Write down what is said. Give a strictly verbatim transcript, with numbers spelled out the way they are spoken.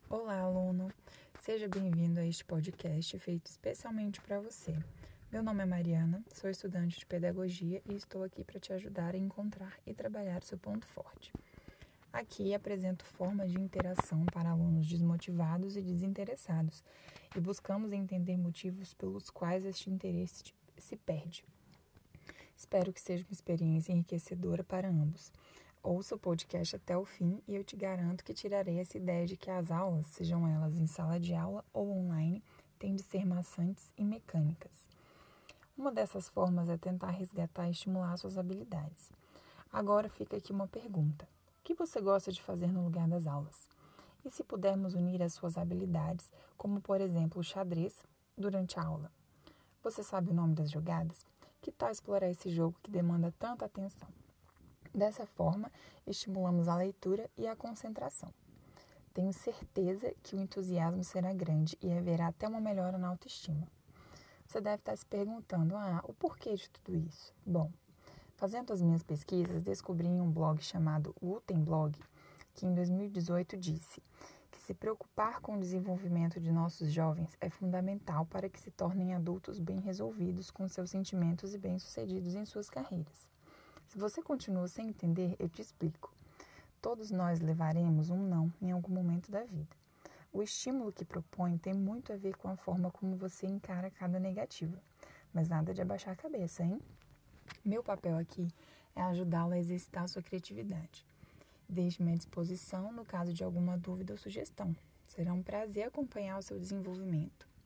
Olá, aluno! Seja bem-vindo a este podcast feito especialmente para você. Meu nome é Mariana, sou estudante de pedagogia e estou aqui para te ajudar a encontrar e trabalhar seu ponto forte. Aqui apresento formas de interação para alunos desmotivados e desinteressados e buscamos entender motivos pelos quais este interesse se perde. Espero que seja uma experiência enriquecedora para ambos. Ouça o podcast até o fim e eu te garanto que tirarei essa ideia de que as aulas, sejam elas em sala de aula ou online, têm de ser maçantes e mecânicas. Uma dessas formas é tentar resgatar e estimular suas habilidades. Agora fica aqui uma pergunta. O que você gosta de fazer no lugar das aulas? E se pudermos unir as suas habilidades, como por exemplo o xadrez, durante a aula? Você sabe o nome das jogadas? Que tal explorar esse jogo que demanda tanta atenção? Dessa forma, estimulamos a leitura e a concentração. Tenho certeza que o entusiasmo será grande e haverá até uma melhora na autoestima. Você deve estar se perguntando, ah, o porquê de tudo isso? Bom, fazendo as minhas pesquisas, descobri em um blog chamado Gutenblog, que em dois mil e dezoito disse que se preocupar com o desenvolvimento de nossos jovens é fundamental para que se tornem adultos bem resolvidos com seus sentimentos e bem-sucedidos em suas carreiras. Se você continua sem entender, eu te explico. Todos nós levaremos um não em algum momento da vida. O estímulo que propõe tem muito a ver com a forma como você encara cada negativa. Mas nada de abaixar a cabeça, hein? Meu papel aqui é ajudá-lo a exercitar a sua criatividade. Deixe-me à disposição no caso de alguma dúvida ou sugestão. Será um prazer acompanhar o seu desenvolvimento.